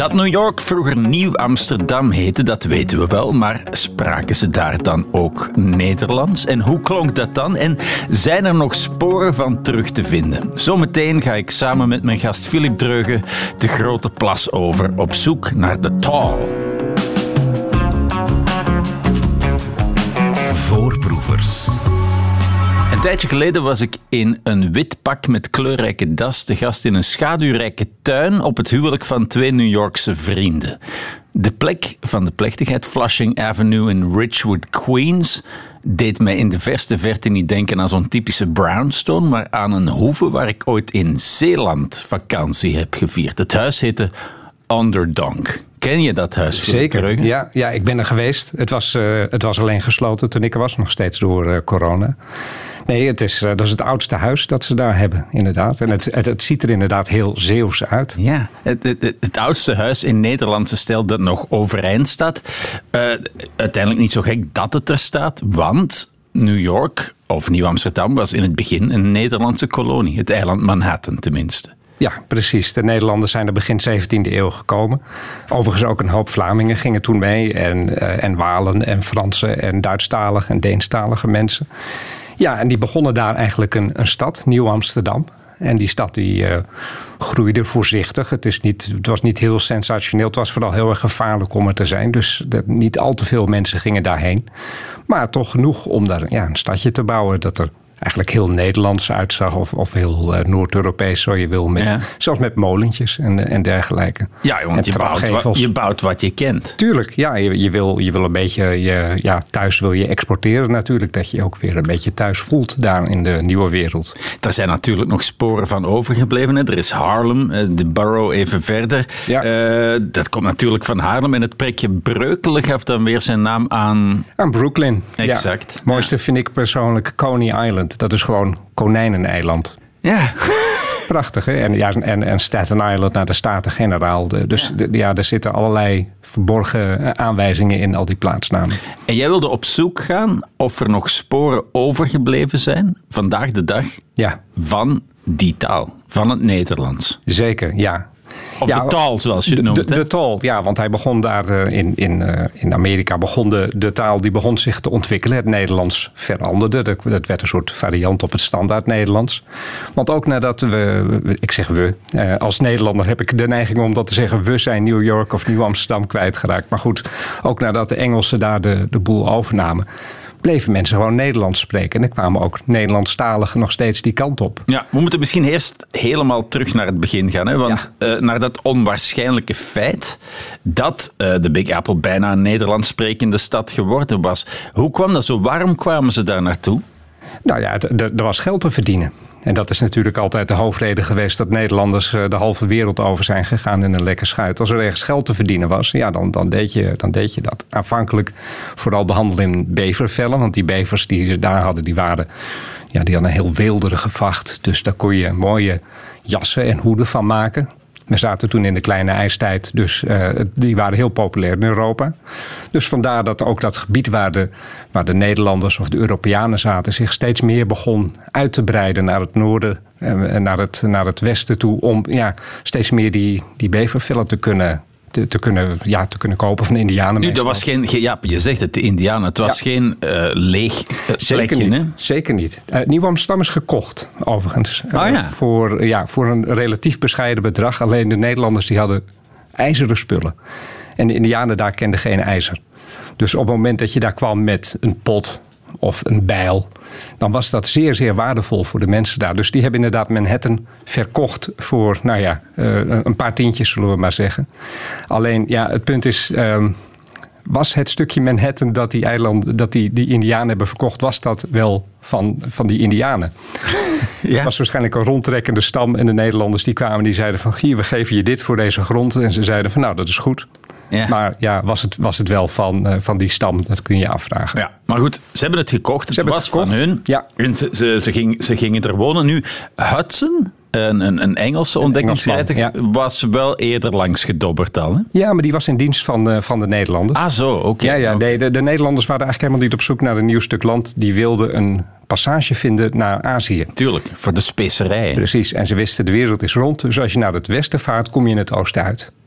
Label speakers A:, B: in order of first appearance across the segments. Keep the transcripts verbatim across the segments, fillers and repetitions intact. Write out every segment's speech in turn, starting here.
A: Dat New York vroeger Nieuw Amsterdam heette, dat weten we wel. Maar spraken ze daar dan ook Nederlands? En hoe klonk dat dan? En zijn er nog sporen van terug te vinden? Zometeen ga ik samen met mijn gast Philip Dreugen de Grote Plas over op zoek naar de taal.
B: Voorproevers.
A: Een tijdje geleden was ik in een wit pak met kleurrijke das te gast in een schaduwrijke tuin op het huwelijk van twee New Yorkse vrienden. De plek van de plechtigheid, Flushing Avenue in Ridgewood, Queens, deed mij in de verste verte niet denken aan zo'n typische brownstone, maar aan een hoeve waar ik ooit in Zeeland vakantie heb gevierd. Het huis heette Onderdonk. Ken je dat huis?
C: Zeker, ja, ja, ik ben er geweest. Het was, uh, het was alleen gesloten toen ik er was, nog steeds door uh, corona. Nee, het is, uh, dat is het oudste huis dat ze daar hebben, inderdaad. En het, het, het ziet er inderdaad heel Zeeuws uit.
A: Ja, het, het, het oudste huis in Nederlandse stijl dat nog overeind staat. Uh, uiteindelijk niet zo gek dat het er staat, want New York, of Nieuw Amsterdam, was in het begin een Nederlandse kolonie. Het eiland Manhattan tenminste.
C: Ja, precies. De Nederlanders zijn er begin zeventiende eeuw gekomen. Overigens ook een hoop Vlamingen gingen toen mee. En, uh, en Walen en Fransen en Duitsstalige en Deenstalige mensen. Ja, en die begonnen daar eigenlijk een, een stad, Nieuw Amsterdam. En die stad die uh, groeide voorzichtig. Het, is niet, het was niet heel sensationeel. Het was vooral heel erg gevaarlijk om er te zijn. Dus de, niet al te veel mensen gingen daarheen. Maar toch genoeg om daar ja, een stadje te bouwen dat er eigenlijk heel Nederlands uitzag. Of, of heel uh, Noord-Europees, zo je wil. Met, ja. Zelfs met molentjes en, en dergelijke.
A: Ja, want je bouwt, wat, je bouwt wat je kent.
C: Tuurlijk, ja. Je, je, wil, je wil een beetje, je, ja, thuis wil je exporteren natuurlijk. Dat je je ook weer een beetje thuis voelt daar in de nieuwe wereld.
A: Er zijn natuurlijk nog sporen van overgebleven. Hè. Er is Harlem, de borough even verder. Ja. Uh, dat komt natuurlijk van Haarlem. En het prikje Breukelen gaf dan weer zijn naam aan...
C: Aan Brooklyn.
A: Exact.
C: Ja. Het mooiste vind ik persoonlijk Coney Island. Dat is gewoon konijneneiland.
A: Ja.
C: Prachtig, hè? En, ja, en, en Staten Island naar de Staten-Generaal. Dus ja. De, ja, er zitten allerlei verborgen aanwijzingen in al die plaatsnamen.
A: En jij wilde op zoek gaan of er nog sporen overgebleven zijn, vandaag de dag,
C: ja. van
A: die taal, van het Nederlands.
C: Zeker, ja.
A: Of
C: ja,
A: de taal, zoals je het noemt.
C: De, de, de taal, ja, want hij begon daar uh, in, in, uh, in Amerika, begon de, de taal die begon zich te ontwikkelen. Het Nederlands veranderde. Dat, dat werd een soort variant op het standaard Nederlands. Want ook nadat we, ik zeg we, uh, als Nederlander heb ik de neiging om dat te zeggen. We zijn New York of Nieuw Amsterdam kwijtgeraakt. Maar goed, ook nadat de Engelsen daar de, de boel overnamen, bleven mensen gewoon Nederlands spreken. En er kwamen ook Nederlandstaligen nog steeds die kant op.
A: Ja, we moeten misschien eerst helemaal terug naar het begin gaan. Hè? Want ja. uh, naar dat onwaarschijnlijke feit dat uh, de Big Apple bijna een Nederlands sprekende stad geworden was. Hoe kwam dat zo? Waarom kwamen ze daar naartoe?
C: Nou ja, er was geld te verdienen. En dat is natuurlijk altijd de hoofdreden geweest dat Nederlanders de halve wereld over zijn gegaan in een lekker schuit. Als er ergens geld te verdienen was, ja, dan, dan, deed je, dan deed je dat. Aanvankelijk vooral de handel in bevervellen, want die bevers die ze daar hadden, die waren, ja, die hadden een heel weelderige vacht. Dus daar kon je mooie jassen en hoeden van maken. We zaten toen in de kleine ijstijd, dus uh, die waren heel populair in Europa. Dus vandaar dat ook dat gebied waar de, waar de Nederlanders of de Europeanen zaten zich steeds meer begon uit te breiden naar het noorden en naar het, naar het westen toe. Om ja, steeds meer die, die bevervellen te kunnen, te, te, kunnen, ja, te kunnen kopen van de Indianen.
A: Nu, dat was geen, ja, je zegt het, de Indianen. Het was ja. geen uh, leeg uh,
C: Zeker
A: plekje,
C: niet.
A: Hè?
C: Zeker niet. Uh, Nieuw Amsterdam is gekocht, overigens.
A: Oh, ja.
C: Uh, voor, ja, voor een relatief bescheiden bedrag. Alleen de Nederlanders die hadden ijzeren spullen. En de Indianen daar kenden geen ijzer. Dus op het moment dat je daar kwam met een pot of een bijl, dan was dat zeer, zeer waardevol voor de mensen daar. Dus die hebben inderdaad Manhattan verkocht voor, nou ja, uh, een paar tientjes, zullen we maar zeggen. Alleen, ja, het punt is, Um, was het stukje Manhattan dat die eilanden, dat die, die Indianen hebben verkocht, was dat wel van, van die Indianen? Ja. Het was waarschijnlijk een rondtrekkende stam en de Nederlanders die kwamen die zeiden van, hier, we geven je dit voor deze grond. En ze zeiden van, nou, dat is goed. Ja. Maar ja, was het, was het wel van, uh, van die stam? Dat kun je je afvragen.
A: Ja, maar goed, ze hebben het gekocht. Het was het
C: gekocht.
A: van hun.
C: Ja.
A: En ze, ze, ze, ging, ze gingen er wonen. Nu, Hudson, een, een, een Engelse ontdekkingsreiziger, ja. was wel eerder langs gedobberd al. Hè?
C: Ja, maar die was in dienst van, uh, van de Nederlanders.
A: Ah, zo, oké. Okay.
C: Ja, ja
A: okay.
C: nee, de, de Nederlanders waren eigenlijk helemaal niet op zoek naar een nieuw stuk land. Die wilden een passage vinden naar Azië.
A: Tuurlijk, voor de specerijen.
C: Precies, en ze wisten de wereld is rond. Dus als je naar het westen vaart, kom je in het oosten uit.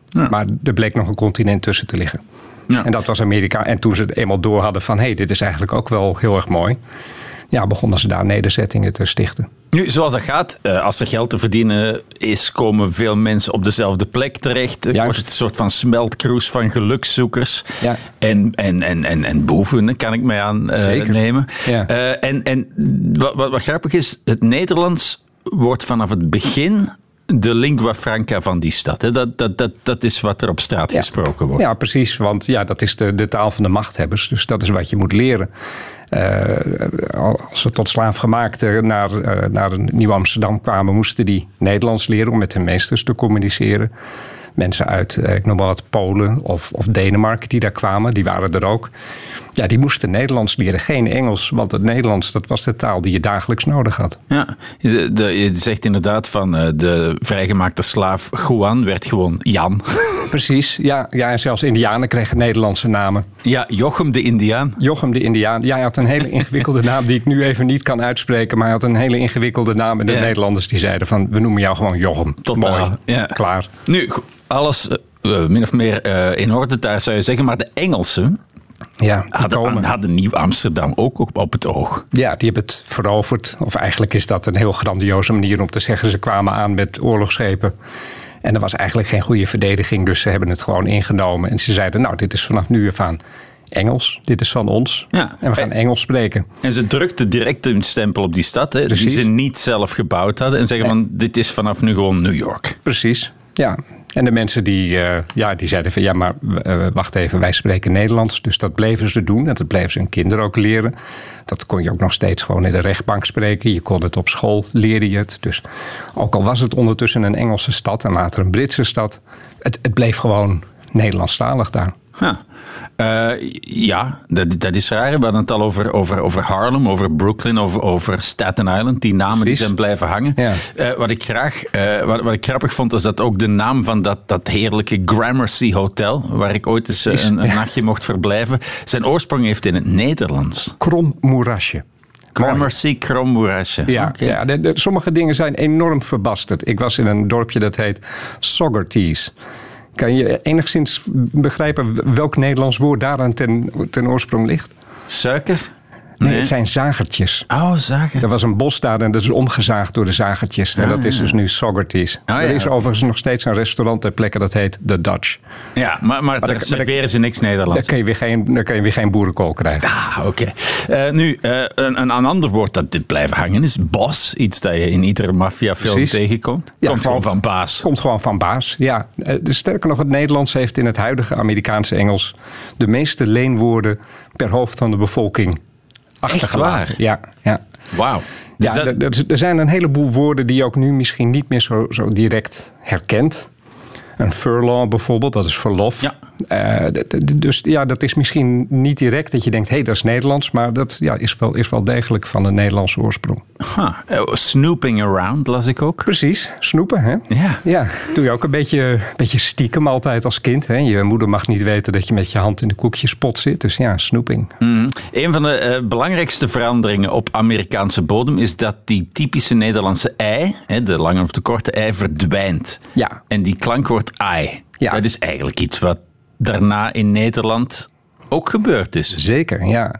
C: Ja. Maar er bleek nog een continent tussen te liggen. Ja. En dat was Amerika. En toen ze het eenmaal door hadden van... hé, hey, dit is eigenlijk ook wel heel erg mooi... ja, begonnen ze daar nederzettingen te stichten.
A: Nu, zoals dat gaat, als er geld te verdienen is... komen veel mensen op dezelfde plek terecht. Er wordt het een soort van smeltkroes van gelukszoekers... Ja. En, en, en, en, en boeven, kan ik mij aan uh, nemen. Ja. Uh, en en wat, wat, wat grappig is, het Nederlands wordt vanaf het begin... de lingua franca van die stad. Hè? Dat, dat, dat, dat is wat er op straat ja. gesproken wordt.
C: Ja, precies. Want ja, dat is de, de taal van de machthebbers. Dus dat is wat je moet leren. Uh, als ze tot slaafgemaakten naar, uh, naar Nieuw-Amsterdam kwamen... moesten die Nederlands leren om met hun meesters te communiceren. Mensen uit, uh, ik noem maar wat, Polen of, of Denemarken die daar kwamen. Die waren er ook. Ja, die moesten Nederlands leren, geen Engels. Want het Nederlands, dat was de taal die je dagelijks nodig had.
A: Ja, de, de, je zegt inderdaad van uh, de vrijgemaakte slaaf Juan werd gewoon Jan.
C: Precies, ja, ja. En zelfs Indianen kregen Nederlandse namen.
A: Ja, Jochem de Indiaan.
C: Jochem de Indiaan. Ja, hij had een hele ingewikkelde naam die ik nu even niet kan uitspreken. Maar hij had een hele ingewikkelde naam. En de ja. Nederlanders die zeiden van, we noemen jou gewoon Jochem.
A: Tot
C: mooi,
A: ja.
C: klaar.
A: Nu, alles uh, min of meer uh, in orde daar zou je zeggen. Maar de Engelsen...
C: Ja,
A: hadden, hadden Nieuw-Amsterdam ook op, op het oog.
C: Ja, die hebben het veroverd. Of eigenlijk is dat een heel grandioze manier om te zeggen. Ze kwamen aan met oorlogsschepen. En er was eigenlijk geen goede verdediging. Dus ze hebben het gewoon ingenomen. En ze zeiden, nou, dit is vanaf nu af aan Engels. Dit is van ons. Ja. En we gaan Engels spreken.
A: En ze drukten direct hun stempel op die stad. Hè, die ze niet zelf gebouwd hadden. En zeggen van, dit is vanaf nu gewoon New York.
C: Precies, ja. En de mensen die, uh, ja, die zeiden van ja, maar uh, wacht even, wij spreken Nederlands. Dus dat bleven ze doen en dat bleven ze hun kinderen ook leren. Dat kon je ook nog steeds gewoon in de rechtbank spreken. Je kon het op school, leerde je het. Dus ook al was het ondertussen een Engelse stad en later een Britse stad. Het, het bleef gewoon Nederlandstalig daar.
A: Ja, uh, ja dat, dat is raar. We hadden het al over, over, over Harlem, over Brooklyn, over, over Staten Island. Die namen die zijn blijven hangen. Ja. Uh, wat ik graag, uh, wat, wat ik grappig vond, is dat ook de naam van dat, dat heerlijke Gramercy Hotel, waar ik ooit eens uh, een, een nachtje mocht verblijven, zijn oorsprong heeft in het Nederlands.
C: Krommoerasje.
A: Gramercy, Krommoerasje.
C: Ja, okay. ja de, de, sommige dingen zijn enorm verbasterd. Ik was in een dorpje dat heet Saugerties. Kan je enigszins begrijpen welk Nederlands woord daaraan ten, ten oorsprong ligt?
A: Suiker?
C: Nee, nee, het zijn zagertjes.
A: Oh, zagertjes.
C: Er was een bos daar en dat is omgezaagd door de zagertjes. En ah, dat is dus nu Saugerties. Oh, er is ja. overigens nog steeds een restaurant ter plekke dat heet The Dutch.
A: Ja, maar, maar, maar daar serveren ze niks Nederlands.
C: Daar kan je weer geen, daar kan je weer geen boerenkool krijgen.
A: Ah, oké. Okay. Uh, nu, uh, een, een ander woord dat dit blijft hangen is boss. Iets dat je in iedere maffiafilm tegenkomt.
C: Ja,
A: komt gewoon van baas.
C: Komt gewoon van baas, ja. Uh, sterker nog, het Nederlands heeft in het huidige Amerikaanse Engels de meeste leenwoorden per hoofd van de bevolking achtergelaten. Ja, ja.
A: Wauw.
C: Ja, dat... er, er zijn een heleboel woorden die je ook nu misschien niet meer zo, zo direct herkent. Een furlong bijvoorbeeld, dat is verlof. Ja. Uh, d- d- dus ja, dat is misschien niet direct dat je denkt, hé, hey, dat is Nederlands. Maar dat ja, is, wel, is wel degelijk van een Nederlandse oorsprong.
A: Huh. Uh, snooping around las ik ook.
C: Precies, snoepen, hè?
A: Ja.
C: Ja, doe je ook een beetje, beetje stiekem altijd als kind. Hè? Je moeder mag niet weten dat je met je hand in de koekjespot zit. Dus ja, snoeping.
A: Mm. Een van de uh, belangrijkste veranderingen op Amerikaanse bodem is dat die typische Nederlandse ei, hè, de lange of de korte ei, verdwijnt.
C: Ja.
A: En die klank wordt ai. Ja. Dat is eigenlijk iets wat daarna in Nederland ook gebeurd is.
C: Zeker, ja.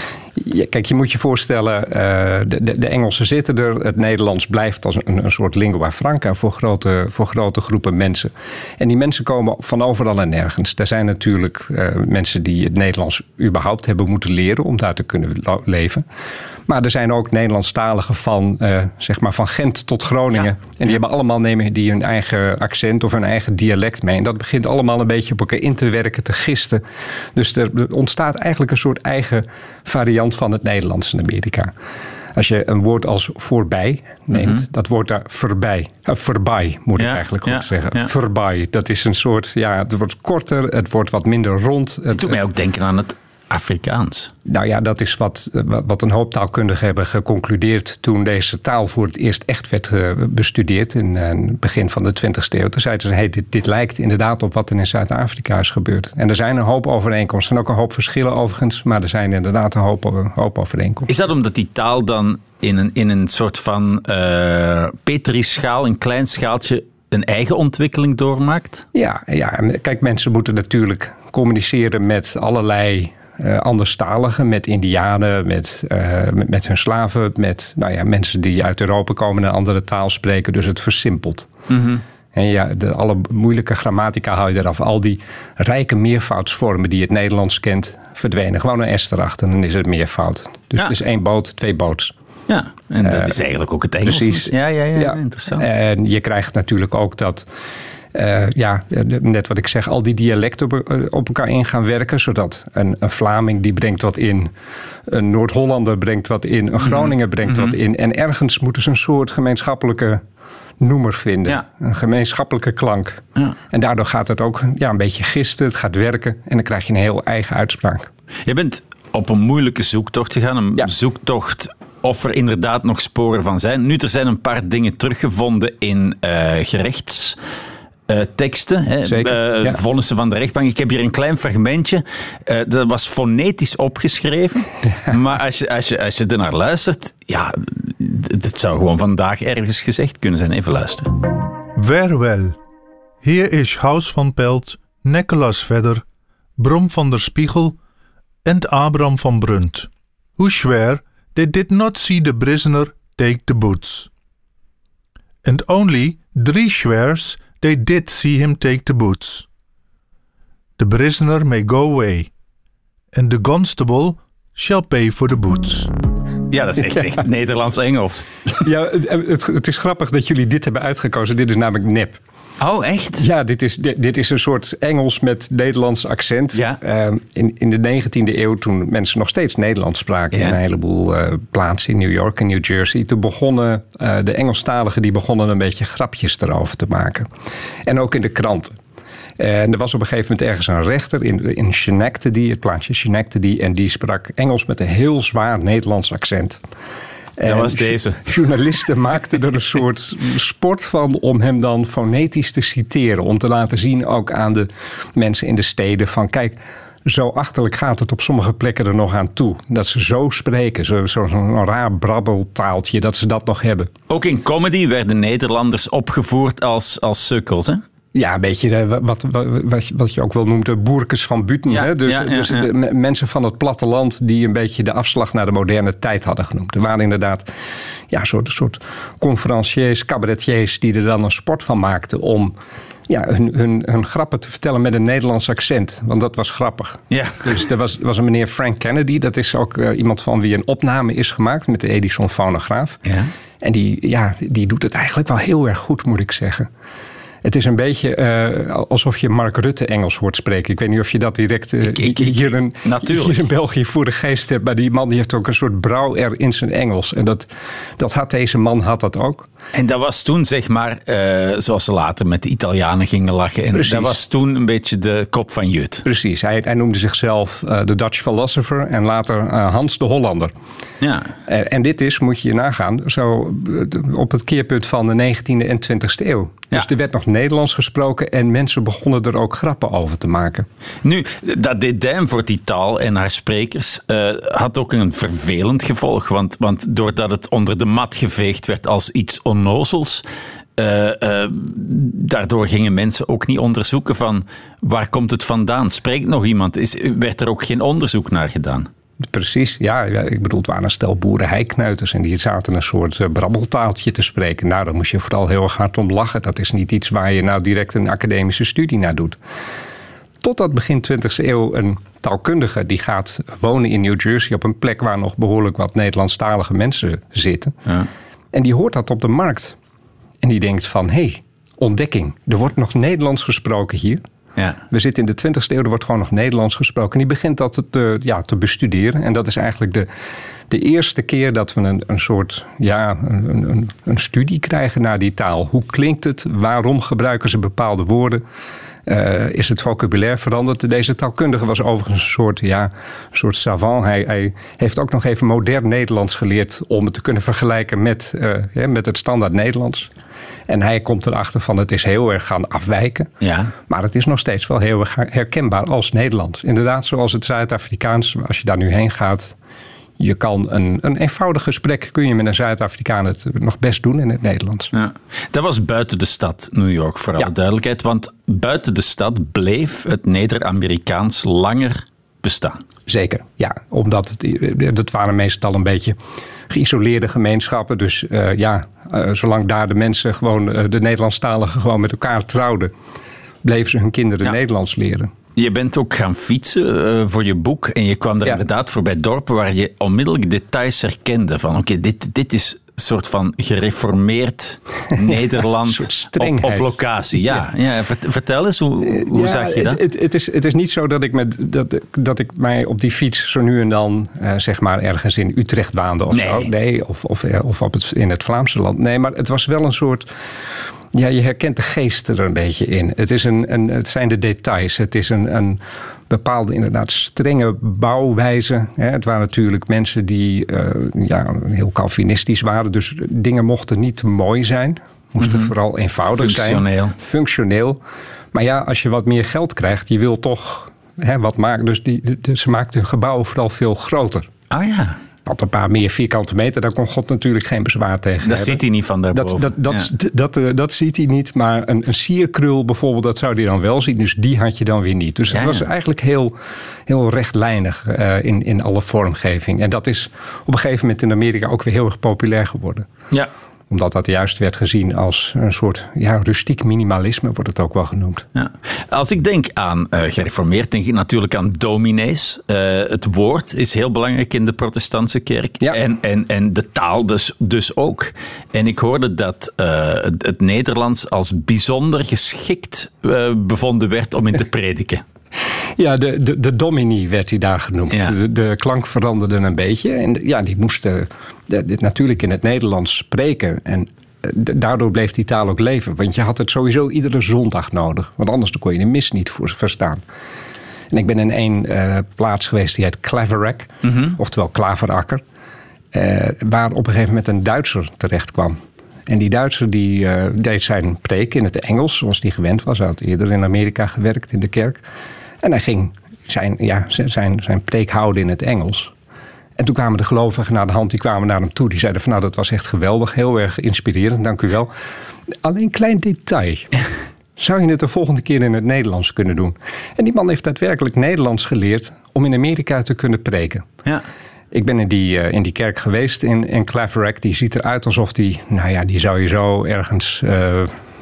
C: Ja, kijk, je moet je voorstellen, uh, de, de, de Engelsen zitten er. Het Nederlands blijft als een, een soort lingua franca voor grote, voor grote groepen mensen. En die mensen komen van overal en nergens. Er zijn natuurlijk uh, mensen die het Nederlands überhaupt hebben moeten leren om daar te kunnen leven. Maar er zijn ook Nederlandstaligen van, uh, zeg maar van Gent tot Groningen. Ja. En die ja. hebben allemaal nemen die hun eigen accent of hun eigen dialect mee. En dat begint allemaal een beetje op elkaar in te werken, te gisten. Dus er ontstaat eigenlijk een soort eigen variant van het Nederlands in Amerika. Als je een woord als voorbij neemt, mm-hmm. dat wordt daar voorbij. Uh, voorbij moet ja, ik eigenlijk goed ja, zeggen. Ja. Voorbij, dat is een soort, ja, het wordt korter, het wordt wat minder rond. Het
A: doet mij ook denken aan het Afrikaans.
C: Nou ja, dat is wat, wat een hoop taalkundigen hebben geconcludeerd toen deze taal voor het eerst echt werd bestudeerd in het begin van de twintigste eeuw. Toen zeiden ze, hey, dit, dit lijkt inderdaad op wat er in Zuid-Afrika is gebeurd. En er zijn een hoop overeenkomsten en ook een hoop verschillen overigens, maar er zijn inderdaad een hoop, een hoop overeenkomsten.
A: Is dat omdat die taal dan in een, in een soort van uh, Petri-schaal, een klein schaaltje, een eigen ontwikkeling doormaakt?
C: Ja, ja, kijk, mensen moeten natuurlijk communiceren met allerlei uh, anderstaligen, met Indianen, met, uh, met, met hun slaven, met nou ja, mensen die uit Europa komen en een andere taal spreken. Dus het versimpelt. Mm-hmm. En ja, de, alle moeilijke grammatica hou je eraf. Al die rijke meervoudsvormen die het Nederlands kent, verdwenen. Gewoon een S erachter en dan is het meervoud. Dus ja. Het is één boot, twee boots.
A: Ja, en dat uh, is eigenlijk ook het Engels.
C: Precies.
A: Ja, ja, ja, ja, interessant.
C: En je krijgt natuurlijk ook dat, uh, ja, net wat ik zeg, al die dialecten op, op elkaar in gaan werken. Zodat een, een Vlaming die brengt wat in, een Noord-Hollander brengt wat in, een Groninger brengt mm-hmm. wat in. En ergens moeten ze een soort gemeenschappelijke noemer vinden. Ja. Een gemeenschappelijke klank. Ja. En daardoor gaat het ook ja, een beetje gisten, het gaat werken. En dan krijg je een heel eigen uitspraak.
A: Je bent op een moeilijke zoektocht gegaan. Een ja. zoektocht of er inderdaad nog sporen van zijn. Nu, er zijn een paar dingen teruggevonden in uh, gerechts... Uh, teksten, hè, uh, ja. vonnissen van de rechtbank. Ik heb hier een klein fragmentje. Uh, dat was fonetisch opgeschreven. Ja. Maar als je, als, je, als je ernaar luistert, ja, het zou gewoon vandaag ergens gezegd kunnen zijn. Even luisteren.
B: Vaarwel. Hier is Huis van Pelt, Nicolas Vedder, Brom van der Spiegel en Abraham van Brunt. Who swear they did not see the prisoner take the boots. And only three swears they did see him take the boots. The prisoner may go away, and the constable shall pay for the boots.
A: Ja, dat is echt, echt Nederlands-Engels.
C: Ja, het, het is grappig dat jullie dit hebben uitgekozen. Dit is namelijk nep.
A: Oh, echt?
C: Ja, dit is, dit, dit is een soort Engels met Nederlands accent. Ja. Uh, in, in de negentiende eeuw, toen mensen nog steeds Nederlands spraken... Ja. in een heleboel uh, plaatsen in New York en New Jersey... toen begonnen uh, de Engelstaligen die begonnen een beetje grapjes erover te maken. En ook in de kranten. En er was op een gegeven moment ergens een rechter in, in Schenectady, het plaatsje Schenectady... en die sprak Engels met een heel zwaar Nederlands accent...
A: En dat was deze.
C: Journalisten maakten er een soort sport van om hem dan fonetisch te citeren. Om te laten zien ook aan de mensen in de steden van kijk, zo achterlijk gaat het op sommige plekken er nog aan toe. Dat ze zo spreken, zo'n zo, zo raar brabbeltaaltje, dat ze dat nog hebben.
A: Ook in comedy werden Nederlanders opgevoerd als, als sukkels, hè?
C: Ja, een beetje wat, wat, wat je ook wel noemt de boerkes van Buten. Ja, hè? Dus, ja, ja, dus ja. De, mensen van het platteland die een beetje de afslag naar de moderne tijd hadden genoemd. Er waren inderdaad ja, een soort, soort conferenciers, cabaretiers die er dan een sport van maakten om ja, hun, hun, hun grappen te vertellen met een Nederlands accent. Want dat was grappig. Ja. Dus er was, was een meneer Frank Kennedy. Dat is ook uh, iemand van wie een opname is gemaakt met de Edison fonograaf. Ja. En die, ja, die doet het eigenlijk wel heel erg goed, moet ik zeggen. Het is een beetje uh, alsof je Mark Rutte Engels hoort spreken. Ik weet niet of je dat direct uh, ik, ik, ik, hier, in, hier in België voor de geest hebt. Maar die man die heeft ook een soort brouw-er in zijn Engels. En dat, dat had deze man had dat ook.
A: En dat was toen, zeg maar, uh, zoals ze later met de Italianen gingen lachen. En Precies. dat was toen een beetje de kop van Jut.
C: Precies. Hij, hij noemde zichzelf de uh, Dutch philosopher en later uh, Hans de Hollander. Ja. Uh, en dit is, moet je je nagaan, zo uh, op het keerpunt van de negentiende en twintigste eeuw. Dus ja. er werd nog Nederlands gesproken en mensen begonnen er ook grappen over te maken.
A: Nu, dat dédain voor die taal en haar sprekers uh, had ook een vervelend gevolg. Want, want doordat het onder de mat geveegd werd als iets onnozels, uh, uh, daardoor gingen mensen ook niet onderzoeken van waar komt het vandaan? Spreekt nog iemand? Is, werd er ook geen onderzoek naar gedaan?
C: Precies, ja. Ik bedoel, het waren een stel boerenheikneuters en die zaten een soort uh, brabbeltaaltje te spreken. Nou, daar moest je vooral heel erg hard om lachen. Dat is niet iets waar je nou direct een academische studie naar doet. Totdat begin twintigste eeuw een taalkundige die gaat wonen in New Jersey op een plek waar nog behoorlijk wat Nederlandstalige mensen zitten. Ja. En die hoort dat op de markt. En die denkt van, hé, hey, ontdekking. Er wordt nog Nederlands gesproken hier. Ja. We zitten in de twintigste eeuw, er wordt gewoon nog Nederlands gesproken. En die begint dat te, ja, te bestuderen. En dat is eigenlijk de, de eerste keer dat we een, een soort ja, een, een, een studie krijgen naar die taal. Hoe klinkt het? Waarom gebruiken ze bepaalde woorden? Uh, is het vocabulaire veranderd? Deze taalkundige was overigens een soort, ja, een soort savant. Hij, hij heeft ook nog even modern Nederlands geleerd om het te kunnen vergelijken met, uh, ja, met het standaard Nederlands. En hij komt erachter van het is heel erg gaan afwijken. Ja. Maar het is nog steeds wel heel erg herkenbaar als Nederlands. Inderdaad, zoals het Zuid-Afrikaans, als je daar nu heen gaat, je kan een, een eenvoudig gesprek kun je met een Zuid-Afrikaan het nog best doen in het Nederlands.
A: Ja. Dat was buiten de stad New York, voor alle ja. duidelijkheid. Want buiten de stad bleef het Neder-Amerikaans langer bestaan.
C: Zeker, ja. Omdat het, dat waren meestal een beetje geïsoleerde gemeenschappen. Dus uh, ja, uh, zolang daar de mensen gewoon, uh, de Nederlandstaligen gewoon met elkaar trouwden, bleven ze hun kinderen ja. Nederlands leren. Je
A: bent ook gaan fietsen uh, voor je boek en je kwam er ja. inderdaad voorbij dorpen waar je onmiddellijk details herkende van oké, okay, dit, dit is een soort van gereformeerd Nederland op, op locatie. Ja, ja. ja, vertel eens, hoe, hoe ja, zag je dat?
C: Het, het, is, het is niet zo dat ik, met, dat, dat ik mij op die fiets zo nu en dan uh, zeg maar ergens in Utrecht waande of
A: nee.
C: zo. Nee, of, of, of op het, in het Vlaamse land. Nee, maar het was wel een soort... Ja, je herkent de geest er een beetje in. Het, is een, een, het zijn de details. Het is een, een bepaalde inderdaad strenge bouwwijze. Het waren natuurlijk mensen die uh, ja, heel Calvinistisch waren. Dus dingen mochten niet te mooi zijn. Moesten mm-hmm. vooral eenvoudig
A: Functioneel.
C: zijn. Functioneel. Maar ja, als je wat meer geld krijgt, je wil toch hè, wat maken. Dus die, de, ze maakten hun gebouwen vooral veel groter.
A: Ah oh ja.
C: Had een paar meer vierkante meter, daar kon God natuurlijk geen bezwaar tegen
A: dat
C: hebben.
A: ziet hij niet van daarboven.
C: Dat, dat, dat, ja. dat, dat, uh, dat ziet hij niet, maar een, een sierkrul bijvoorbeeld, dat zou hij dan wel zien. Dus die had je dan weer niet. Dus het ja, was ja. eigenlijk heel, heel rechtlijnig uh, in, in alle vormgeving. En dat is op een gegeven moment in Amerika ook weer heel erg populair geworden.
A: Ja.
C: Omdat dat juist werd gezien als een soort ja, rustiek minimalisme, wordt het ook wel genoemd.
A: Ja. Als ik denk aan uh, gereformeerd, denk ik natuurlijk aan dominees. Uh, het woord is heel belangrijk in de protestantse kerk.
C: Ja.
A: En, en, en de taal dus, dus ook. En ik hoorde dat uh, het, het Nederlands als bijzonder geschikt uh, bevonden werd om in te prediken.
C: Ja, de, de, de dominee werd hij daar genoemd.
A: Ja.
C: De, de klank veranderde een beetje. En ja, die moesten de, de, natuurlijk in het Nederlands spreken. En de, daardoor bleef die taal ook leven. Want je had het sowieso iedere zondag nodig. Want anders kon je de mis niet voor verstaan. En ik ben in één uh, plaats geweest die heet Claverack. Mm-hmm. Oftewel Klaverakker. Uh, waar op een gegeven moment een Duitser terecht kwam. En die Duitser die, uh, deed zijn preek in het Engels, zoals hij gewend was. Hij had eerder in Amerika gewerkt in de kerk. En hij ging zijn, ja, zijn, zijn preek houden in het Engels. En toen kwamen de gelovigen naar de hand, die kwamen naar hem toe. Die zeiden van nou, dat was echt geweldig, heel erg inspirerend, dank u wel. Alleen een klein detail. Zou je het de volgende keer in het Nederlands kunnen doen? En die man heeft daadwerkelijk Nederlands geleerd om in Amerika te kunnen preken.
A: Ja.
C: Ik ben in die, uh, in die kerk geweest in, in Claverack. Die ziet eruit alsof die, nou ja, die zou je zo ergens uh,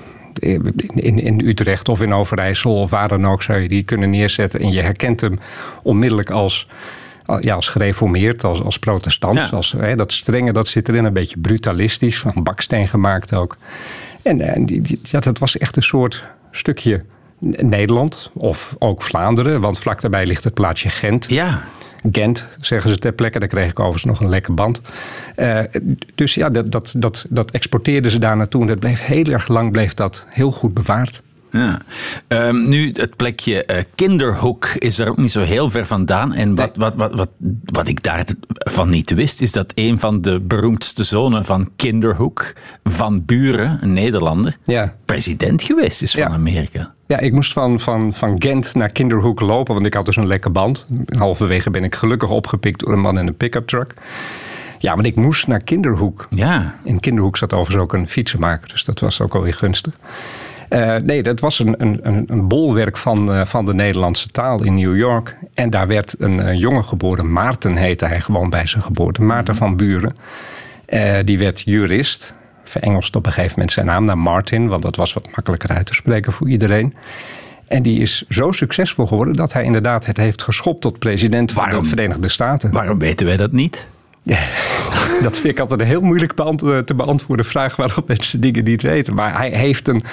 C: in, in Utrecht of in Overijssel of waar dan ook zou je die kunnen neerzetten. En je herkent hem onmiddellijk als, ja, als gereformeerd, als, als protestant. Ja. Als, hè, dat strenge, dat zit erin, een beetje brutalistisch, van baksteen gemaakt ook. En, en die, die, ja, dat was echt een soort stukje Nederland of ook Vlaanderen. Want vlak daarbij ligt het plaatsje Gent.
A: Ja.
C: Gent, zeggen ze ter plekke. Daar kreeg ik overigens nog een lekker band. Uh, dus ja, dat, dat, dat, dat exporteerden ze daar naartoe. En dat bleef heel erg lang bleef dat heel goed bewaard.
A: Ja. Um, nu, het plekje uh, Kinderhoek is er ook niet zo heel ver vandaan. En wat, nee. wat, wat, wat, wat ik daarvan niet wist, is dat een van de beroemdste zonen van Kinderhoek, Van Buren, een Nederlander,
C: ja.
A: president geweest is van ja. Amerika.
C: Ja, ik moest van, van, van Gent naar Kinderhoek lopen, want ik had dus een lekker band. Halverwege ben ik gelukkig opgepikt door een man in een pick-up truck. Ja, want ik moest naar Kinderhoek.
A: Ja.
C: In Kinderhoek zat overigens ook een fietsenmaker, dus dat was ook alweer gunstig. Uh, nee, dat was een, een, een bolwerk van, uh, van de Nederlandse taal in New York. En daar werd een, een jongen geboren. Maarten heette hij gewoon bij zijn geboorte. Maarten van Buren. Uh, die werd jurist. Verengelst op een gegeven moment zijn naam naar Martin. Want dat was wat makkelijker uit te spreken voor iedereen. En die is zo succesvol geworden dat hij inderdaad het heeft geschopt tot president van
A: waarom,
C: de Verenigde Staten.
A: Waarom weten wij dat niet?
C: Ja, dat vind ik altijd een heel moeilijk beant- te beantwoorden vraag waarop mensen dingen niet weten. Maar hij heeft een,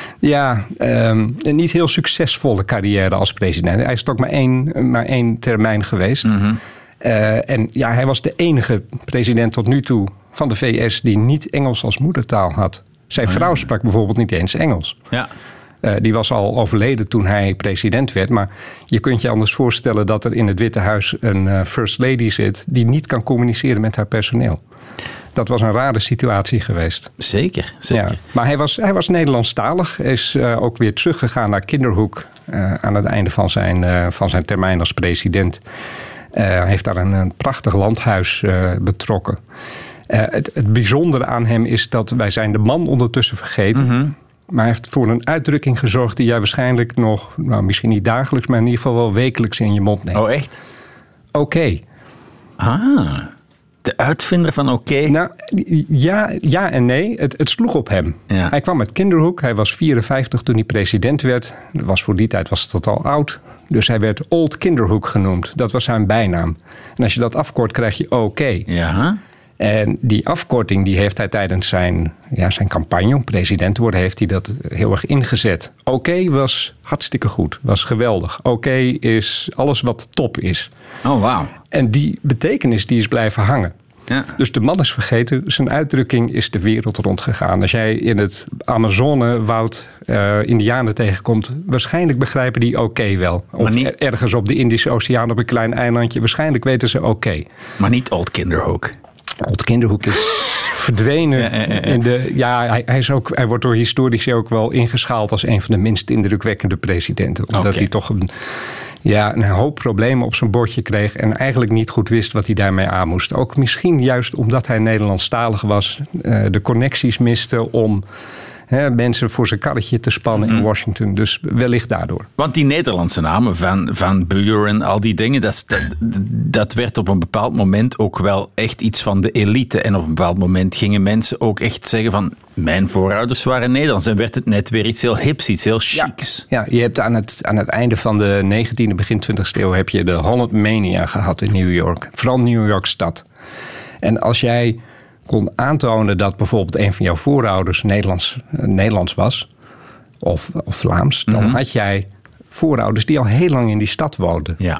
C: ja, um, een niet heel succesvolle carrière als president. Hij is ook maar één, maar één termijn geweest. Mm-hmm. Uh, en ja, hij was de enige president tot nu toe van de V S die niet Engels als moedertaal had. Zijn vrouw sprak bijvoorbeeld niet eens Engels.
A: Ja.
C: Uh, die was al overleden toen hij president werd. Maar je kunt je anders voorstellen dat er in het Witte Huis een uh, first lady zit die niet kan communiceren met haar personeel. Dat was een rare situatie geweest.
A: Zeker, zeker.
C: Ja, maar hij was, hij was Nederlandstalig. Hij is uh, ook weer teruggegaan naar Kinderhoek uh, aan het einde van zijn, uh, van zijn termijn als president. Hij heeft daar een, een prachtig landhuis uh, betrokken. Uh, het, het bijzondere aan hem is dat wij zijn de man ondertussen vergeten. Mm-hmm. Maar hij heeft voor een uitdrukking gezorgd die jij waarschijnlijk nog, nou misschien niet dagelijks, maar in ieder geval wel wekelijks in je mond neemt.
A: Oh, echt?
C: Oké. Okay.
A: Ah, de uitvinder van oké? Okay.
C: Nou, ja, ja en nee. Het, het sloeg op hem. Ja. Hij kwam uit Kinderhook. Hij was vierenvijftig toen hij president werd. Dat was voor die tijd was het al oud. Dus hij werd Old Kinderhook genoemd. Dat was zijn bijnaam. En als je dat afkort, krijg je oké. Okay.
A: Ja.
C: En die afkorting die heeft hij tijdens zijn, ja, zijn campagne om president te worden, heeft hij dat heel erg ingezet. Oké okay was hartstikke goed, was geweldig. Oké okay is alles wat top is.
A: Oh, wauw.
C: En die betekenis die is blijven hangen.
A: Ja.
C: Dus de man is vergeten, zijn uitdrukking is de wereld rondgegaan. Als jij in het Amazonewoud uh, Indianen tegenkomt, waarschijnlijk begrijpen die oké okay wel. Of niet, ergens op de Indische Oceaan op een klein eilandje, waarschijnlijk weten ze oké. Okay.
A: Maar niet Old Kinderhook.
C: Old Kinderhook is verdwenen. Ja, ja, ja. In de, ja hij, hij, is ook, hij wordt door historici ook wel ingeschaald als een van de minst indrukwekkende presidenten. Omdat okay. hij toch een, ja, een hoop problemen op zijn bordje kreeg en eigenlijk niet goed wist wat hij daarmee aan moest. Ook misschien juist omdat hij Nederlandstalig was, uh, de connecties miste om He, mensen voor zijn karretje te spannen mm-hmm. in Washington. Dus wellicht daardoor.
A: Want die Nederlandse namen van, van Buren, al die dingen, dat, dat, dat werd op een bepaald moment ook wel echt iets van de elite. En op een bepaald moment gingen mensen ook echt zeggen van, mijn voorouders waren Nederlands. En werd het net weer iets heel hips, iets heel chics.
C: Ja, ja je hebt aan het, aan het einde van de negentiende, begin twintigste eeuw heb je de Holland Mania gehad in New York. Vooral New York stad. En als jij kon aantonen dat bijvoorbeeld een van jouw voorouders Nederlands, uh, Nederlands was, of, of Vlaams, dan mm-hmm. had jij voorouders die al heel lang in die stad woonden.
A: Ja.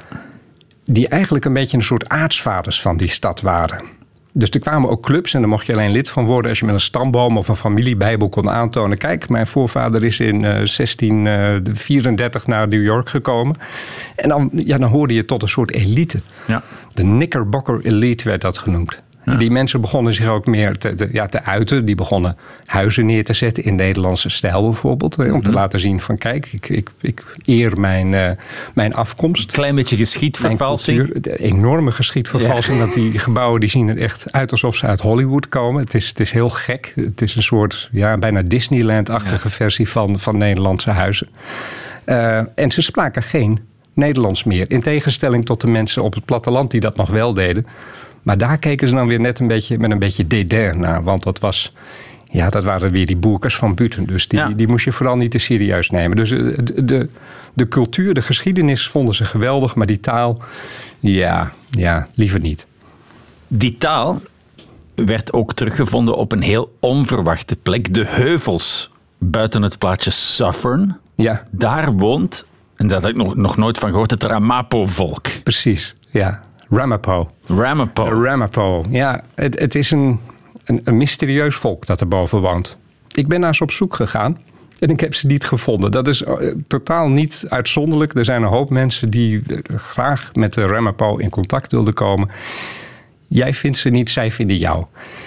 C: Die eigenlijk een beetje een soort aartsvaders van die stad waren. Dus er kwamen ook clubs en daar mocht je alleen lid van worden als je met een stamboom of een familiebijbel kon aantonen. Kijk, mijn voorvader is in uh, zestien vierendertig naar New York gekomen. En dan, ja, dan hoorde je tot een soort elite. Ja. De Knickerbocker elite werd dat genoemd. Ja. Die mensen begonnen zich ook meer te, te, ja, te uiten. Die begonnen huizen neer te zetten in Nederlandse stijl bijvoorbeeld. Om mm-hmm. te laten zien van kijk, ik, ik, ik eer mijn, uh, mijn afkomst.
A: Klein beetje geschiedvervalsing.
C: Cultuur, de enorme geschiedvervalsing. Ja. Dat die gebouwen die zien er echt uit alsof ze uit Hollywood komen. Het is, het is heel gek. Het is een soort ja, bijna Disneyland-achtige ja. versie van, van Nederlandse huizen. Uh, en ze spraken geen Nederlands meer. In tegenstelling tot de mensen op het platteland die dat nog wel deden. Maar daar keken ze dan weer net een beetje met een beetje dédain naar. Want dat was, ja, dat waren weer die boerkers van Buten. Dus die, ja. die moest je vooral niet te serieus nemen. Dus de, de, de cultuur, de geschiedenis vonden ze geweldig. Maar die taal, ja, ja, liever niet.
A: Die taal werd ook teruggevonden op een heel onverwachte plek. De heuvels buiten het plaatsje Suffern.
C: Ja.
A: Daar woont, en daar heb ik nog, nog nooit van gehoord, het Ramapo-volk.
C: Precies, ja. Ramapo.
A: Ramapo.
C: Ramapo. Ja, het, het is een, een, een mysterieus volk dat er boven woont. Ik ben naar ze op zoek gegaan en ik heb ze niet gevonden. Dat is uh, totaal niet uitzonderlijk. Er zijn een hoop mensen die uh, graag met de Ramapo in contact wilden komen. Jij vindt ze niet, zij vinden jou.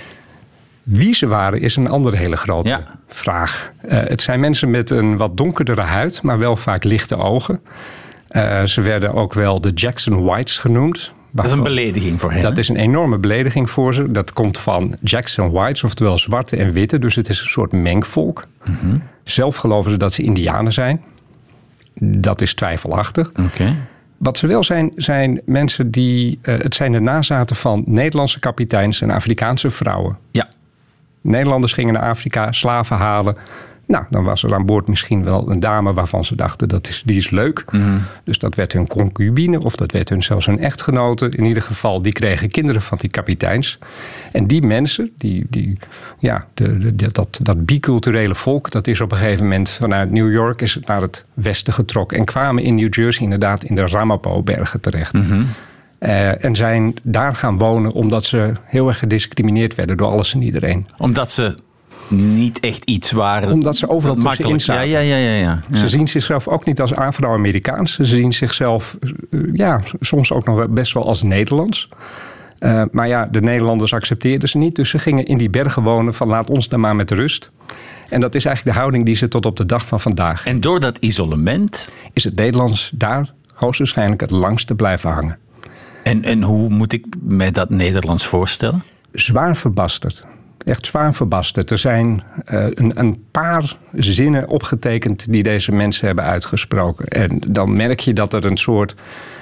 C: Wie ze waren is een andere hele grote ja. vraag. Uh, het zijn mensen met een wat donkerdere huid, maar wel vaak lichte ogen. Uh, ze werden ook wel de Jackson Whites genoemd.
A: Dat is een belediging voor hen.
C: Dat is een enorme belediging voor ze. Dat komt van Jackson Whites, oftewel zwarte en witte. Dus het is een soort mengvolk. Mm-hmm. Zelf geloven ze dat ze Indianen zijn. Dat is twijfelachtig.
A: Okay.
C: Wat ze wel zijn, zijn mensen die... Uh, het zijn de nazaten van Nederlandse kapiteins en Afrikaanse vrouwen.
A: Ja.
C: Nederlanders gingen naar Afrika, slaven halen. Nou, dan was er aan boord misschien wel een dame waarvan ze dachten dat is, die is leuk. Mm. Dus dat werd hun concubine of dat werd hun zelfs hun echtgenote. In ieder geval, die kregen kinderen van die kapiteins. En die mensen, die, die, ja, de, de, dat, dat biculturele volk, dat is op een gegeven moment vanuit New York is het naar het westen getrokken. En kwamen in New Jersey inderdaad in de Ramapo-bergen terecht. Mm-hmm. Uh, en zijn daar gaan wonen omdat ze heel erg gediscrimineerd werden door alles en iedereen.
A: Omdat ze niet echt iets waren.
C: Omdat ze overal tussenin zaten.
A: Ja, ja, ja, ja, ja.
C: Ze zien zichzelf ook niet als Afro-Amerikaans. Ze zien zichzelf uh, ja, soms ook nog best wel als Nederlands. Uh, maar ja, de Nederlanders accepteerden ze niet. Dus ze gingen in die bergen wonen van laat ons dan maar met rust. En dat is eigenlijk de houding die ze tot op de dag van vandaag.
A: En door dat isolement
C: is het Nederlands daar hoogstwaarschijnlijk het langste blijven hangen.
A: En, en hoe moet ik mij dat Nederlands voorstellen?
C: Zwaar verbasterd. Echt zwaar verbasterd. Er zijn uh, een, een paar zinnen opgetekend die deze mensen hebben uitgesproken. En dan merk je dat er een soort...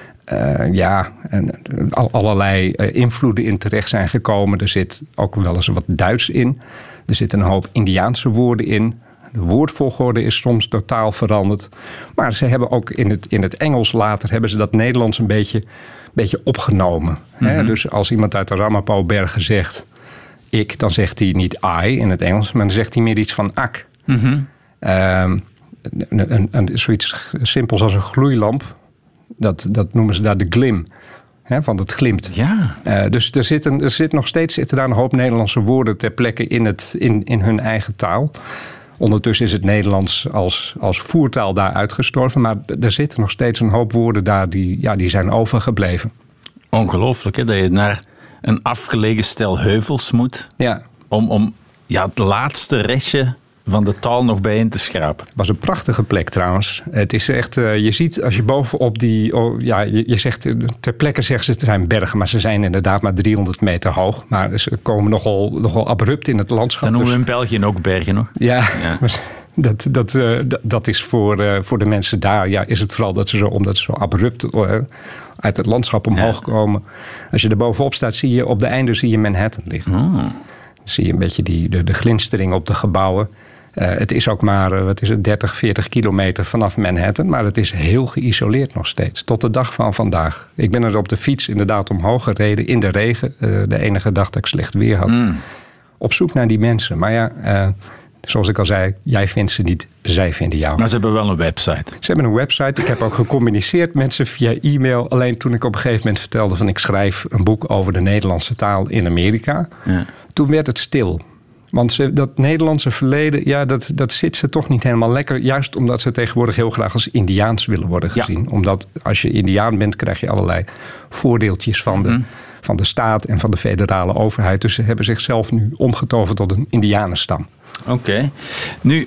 C: Uh, ja, en, allerlei uh, invloeden in terecht zijn gekomen. Er zit ook wel eens wat Duits in. Er zitten een hoop Indiaanse woorden in. De woordvolgorde is soms totaal veranderd. Maar ze hebben ook in het, in het Engels later... hebben ze dat Nederlands een beetje, beetje opgenomen. Mm-hmm. Hè? Dus als iemand uit de Ramapo-bergen zegt... ik, dan zegt hij niet I in het Engels... maar dan zegt hij meer iets van ak.
A: Mm-hmm.
C: Um, een, een, een, zoiets simpels als een gloeilamp... Dat, dat noemen ze daar de glim. Hè, van het glimt.
A: Ja.
C: Uh, dus er, zit een, er zit nog steeds zitten daar een hoop Nederlandse woorden ter plekke in, het, in, in hun eigen taal. Ondertussen is het Nederlands als, als voertaal daar uitgestorven. Maar er zitten nog steeds een hoop woorden daar die, ja, die zijn overgebleven.
A: Ongelooflijk hè, dat je naar een afgelegen stel heuvels moet.
C: Ja.
A: Om, om ja, het laatste restje van de taal nog bijeen te schrapen.
C: Het was een prachtige plek trouwens. Het is echt, uh, je ziet als je bovenop die, oh, ja, je, je zegt ter plekke zeggen ze het zijn bergen, maar ze zijn inderdaad maar driehonderd meter hoog. Maar ze komen nogal, nogal abrupt in het landschap.
A: Dan noemen we
C: dus,
A: in België ook bergen nog.
C: Ja,
A: ja.
C: dat, dat, uh, dat is voor, uh, voor de mensen daar, ja, is het vooral dat ze zo, omdat ze zo abrupt uh, uit het landschap omhoog ja. komen. Als je er bovenop staat, zie je op de einde zie je Manhattan liggen. Oh. Dan zie je een beetje die, de, de glinstering op de gebouwen. Uh, het is ook maar, uh, wat is het, dertig, veertig kilometer vanaf Manhattan. Maar het is heel geïsoleerd nog steeds. Tot de dag van vandaag. Ik ben er op de fiets inderdaad omhoog gereden in de regen. Uh, de enige dag dat ik slecht weer had. Mm. Op zoek naar die mensen. Maar ja, uh, zoals ik al zei, jij vindt ze niet, zij vinden jou.
A: Maar ze hebben wel een website.
C: Ze hebben een website. Ik heb ook gecommuniceerd met ze via e-mail. Alleen toen ik op een gegeven moment vertelde van ik schrijf een boek over de Nederlandse taal in Amerika. Ja. Toen werd het stil. Want ze, dat Nederlandse verleden, ja, dat, dat zit ze toch niet helemaal lekker. Juist omdat ze tegenwoordig heel graag als Indiaans willen worden gezien. Ja. Omdat als je Indiaan bent, krijg je allerlei voordeeltjes van de, mm. van de staat en van de federale overheid. Dus ze hebben zichzelf nu omgetoverd tot een Indianenstam.
A: Oké. Okay. Nu,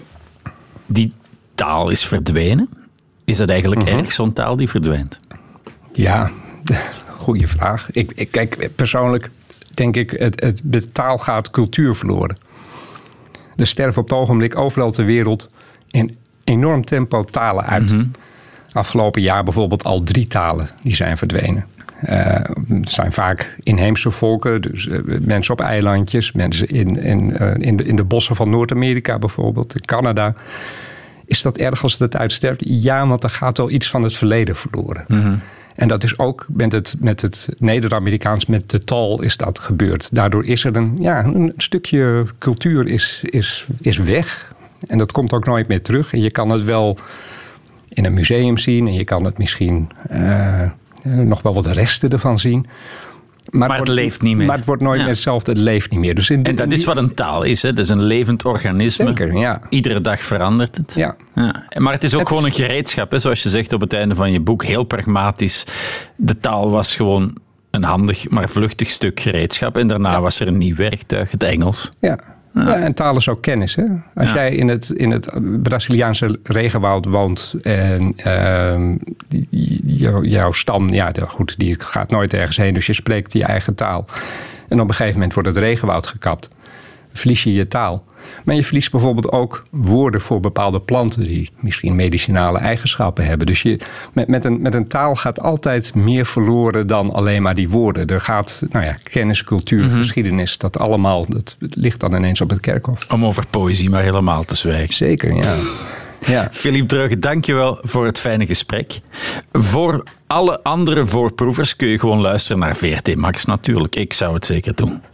A: die taal is verdwenen. Is dat eigenlijk mm-hmm. erg, zo'n taal die verdwijnt?
C: Ja, goede vraag. Ik, ik, kijk, persoonlijk denk ik, het, het, de taal gaat cultuur verloren. Er sterven op het ogenblik overal ter wereld in enorm tempo talen uit. Mm-hmm. Afgelopen jaar bijvoorbeeld al drie talen die zijn verdwenen. Uh, het zijn vaak inheemse volken, dus uh, mensen op eilandjes, mensen in, in, uh, in, de, in de bossen van Noord-Amerika bijvoorbeeld, in Canada. Is dat erg als het uitsterft? Ja, want er gaat wel iets van het verleden verloren. Mm-hmm. En dat is ook met het, met het Neder-Amerikaans, met de taal is dat gebeurd. Daardoor is er een, ja, een stukje cultuur is, is, is weg. En dat komt ook nooit meer terug. En je kan het wel in een museum zien. En je kan het misschien uh, nog wel wat resten ervan zien. Maar,
A: maar het,
C: het wordt,
A: leeft niet meer.
C: Maar het wordt nooit ja. meer hetzelfde. Het leeft niet meer. Dus in,
A: en dat
C: in,
A: is wat een taal is. Hè? Dat is een levend organisme.
C: Zeker, ja.
A: Iedere dag verandert het.
C: Ja.
A: Ja. Maar het is ook het gewoon een gereedschap. Hè? Zoals je zegt op het einde van je boek. Heel pragmatisch. De taal was gewoon een handig, maar vluchtig stuk gereedschap. En daarna ja. was er een nieuw werktuig. Het Engels.
C: Ja. Ja. Ja, en taal is ook kennis. Hè? Als ja. jij in het, in het Braziliaanse regenwoud woont en uh, jou, jouw stam, ja, goed, die gaat nooit ergens heen, dus je spreekt je eigen taal. En op een gegeven moment wordt het regenwoud gekapt. Verlies je je taal. Maar je verliest bijvoorbeeld ook woorden voor bepaalde planten die misschien medicinale eigenschappen hebben. Dus je, met, met, een, met een taal gaat altijd meer verloren dan alleen maar die woorden. Er gaat, nou ja, kennis, cultuur, mm-hmm. geschiedenis, dat allemaal, dat ligt dan ineens op het kerkhof.
A: Om over poëzie maar helemaal te zwijgen.
C: Zeker, ja. Ja.
A: Philippe Dreugen, dank je wel voor het fijne gesprek. Voor alle andere voorproevers kun je gewoon luisteren naar V R T Max natuurlijk. Ik zou het zeker doen.